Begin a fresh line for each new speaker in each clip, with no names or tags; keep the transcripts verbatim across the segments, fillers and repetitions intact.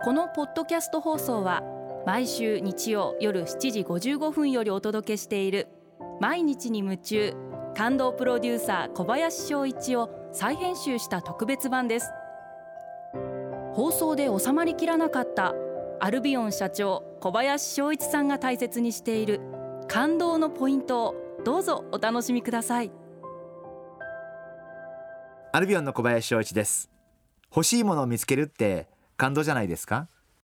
このポッドキャスト放送は毎週日曜夜しちじごじゅうごふんよりお届けしている毎日に夢中感動プロデューサー小林翔一を再編集した特別版です。放送で収まりきらなかったアルビオン社長小林翔一さんが大切にしている感動のポイントをどうぞお楽しみください。
アルビオンの小林翔一です。欲しいものを見つけるって感動じゃないですか？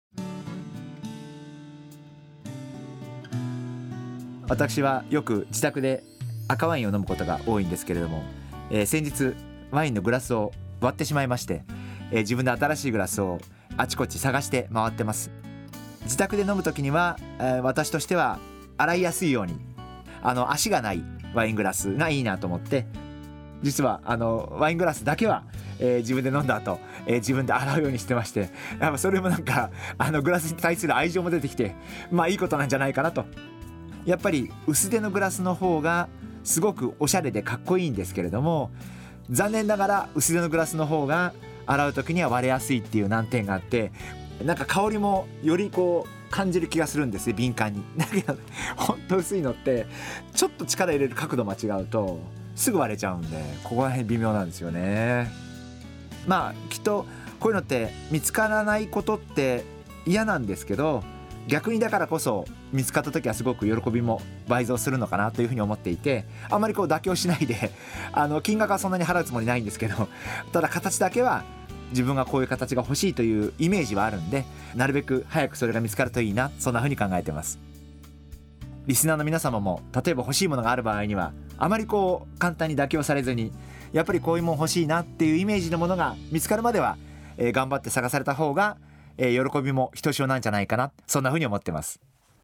私はよく自宅で赤ワインを飲むことが多いんですけれども、えー、先日ワインのグラスを割ってしまいまして、えー、自分で新しいグラスをあちこち探して回ってます。自宅で飲むときには、えー、私としては洗いやすいようにあの足がないワイングラスがいいなと思って、実はあのワイングラスだけは、えー、自分で飲んだ後、えー、自分で洗うようにしてまして、やっぱそれもなんかあのグラスに対する愛情も出てきて、まあいいことなんじゃないかなと。やっぱり薄手のグラスの方がすごくおしゃれでかっこいいんですけれども、残念ながら薄手のグラスの方が洗う時には割れやすいっていう難点があって、なんか香りもよりこう感じる気がするんですね、敏感に。だけどほんと薄いのってちょっと力入れる角度間違うとすぐ割れちゃうんで、ここら辺微妙なんですよね。まあきっとこういうのって見つからないことって嫌なんですけど、逆にだからこそ見つかった時はすごく喜びも倍増するのかなというふうに思っていて、あまりこう妥協しないであの金額はそんなに払うつもりないんですけど、ただ形だけは自分がこういう形が欲しいというイメージはあるんで、なるべく早くそれが見つかるといいな、そんなふうに考えてます。リスナーの皆様も例えば欲しいものがある場合にはあまりこう簡単に妥協されずに、やっぱりこういうもの欲しいなっていうイメージのものが見つかるまでは、えー、頑張って探された方が、えー、喜びもひとしおなんじゃないかな、そんなふうに思ってます。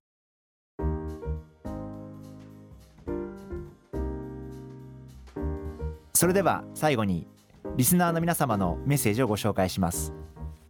それでは最後にリスナーの皆様のメッセージをご紹介します。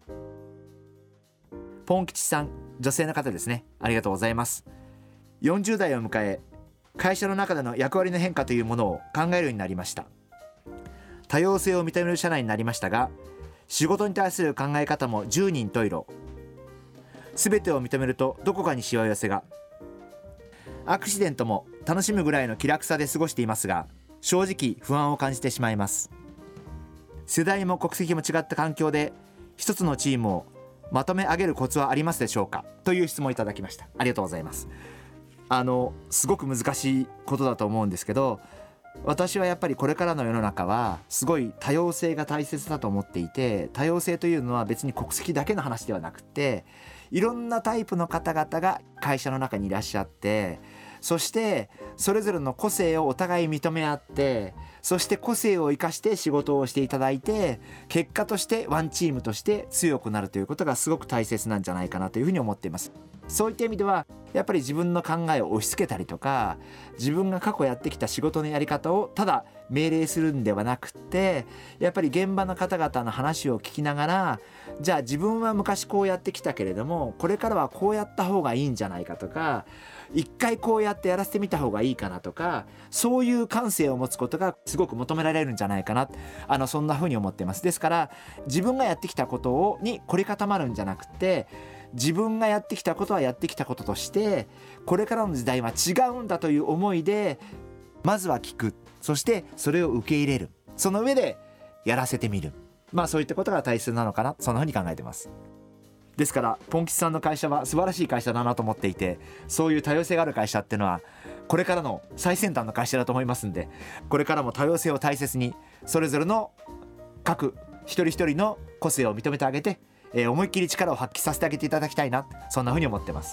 ポン吉さん、女性の方ですね。ありがとうございます。よんじゅう代を迎え、会社の中での役割の変化というものを考えるようになりました。多様性を認める社内になりましたが、仕事に対する考え方も十人十色。すべてを認めるとどこかにしわ寄せが。アクシデントも楽しむぐらいの気楽さで過ごしていますが、正直不安を感じてしまいます。世代も国籍も違った環境で一つのチームをまとめ上げるコツはありますでしょうか、という質問をいただきました。ありがとうございます。あのすごく難しいことだと思うんですけど、私はやっぱりこれからの世の中はすごい多様性が大切だと思っていて、多様性というのは別に国籍だけの話ではなくて、いろんなタイプの方々が会社の中にいらっしゃって、そしてそれぞれの個性をお互い認め合って、そして個性を生かして仕事をしていただいて、結果としてワンチームとして強くなるということがすごく大切なんじゃないかなというふうに思っています。そういった意味ではやっぱり自分の考えを押し付けたりとか、自分が過去やってきた仕事のやり方をただ命令するんではなくって、やっぱり現場の方々の話を聞きながら、じゃあ自分は昔こうやってきたけれどもこれからはこうやった方がいいんじゃないかとか、一回こうやってやらせてみた方がいいかなとか、そういう感性を持つことがすごく求められるんじゃないかな、あのそんな風に思っています。ですから自分がやってきたことをに凝り固まるんじゃなくて、自分がやってきたことはやってきたこととして、これからの時代は違うんだという思いでまずは聞く、そしてそれを受け入れる、その上でやらせてみる、まあそういったことが大切なのかな、そんな風に考えています。ですからポン吉さんの会社は素晴らしい会社だなと思っていて、そういう多様性がある会社っていうのはこれからの最先端の会社だと思いますんで、これからも多様性を大切に、それぞれの各一人一人の個性を認めてあげて、えー、思いっきり力を発揮させてあげていただきたいな、そんなふうに思ってます。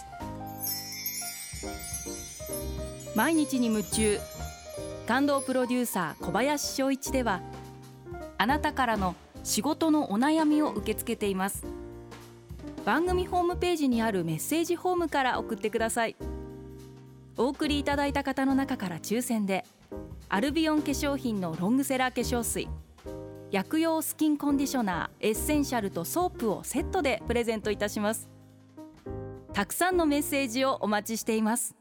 毎日に夢中感動プロデューサー小林翔一では、あなたからの仕事のお悩みを受け付けています。番組ホームページにあるメッセージフォームから送ってください。お送りいただいた方の中から抽選でアルビオン化粧品のロングセラー化粧水、薬用スキンコンディショナーエッセンシャルとソープをセットでプレゼントいたします。たくさんのメッセージをお待ちしています。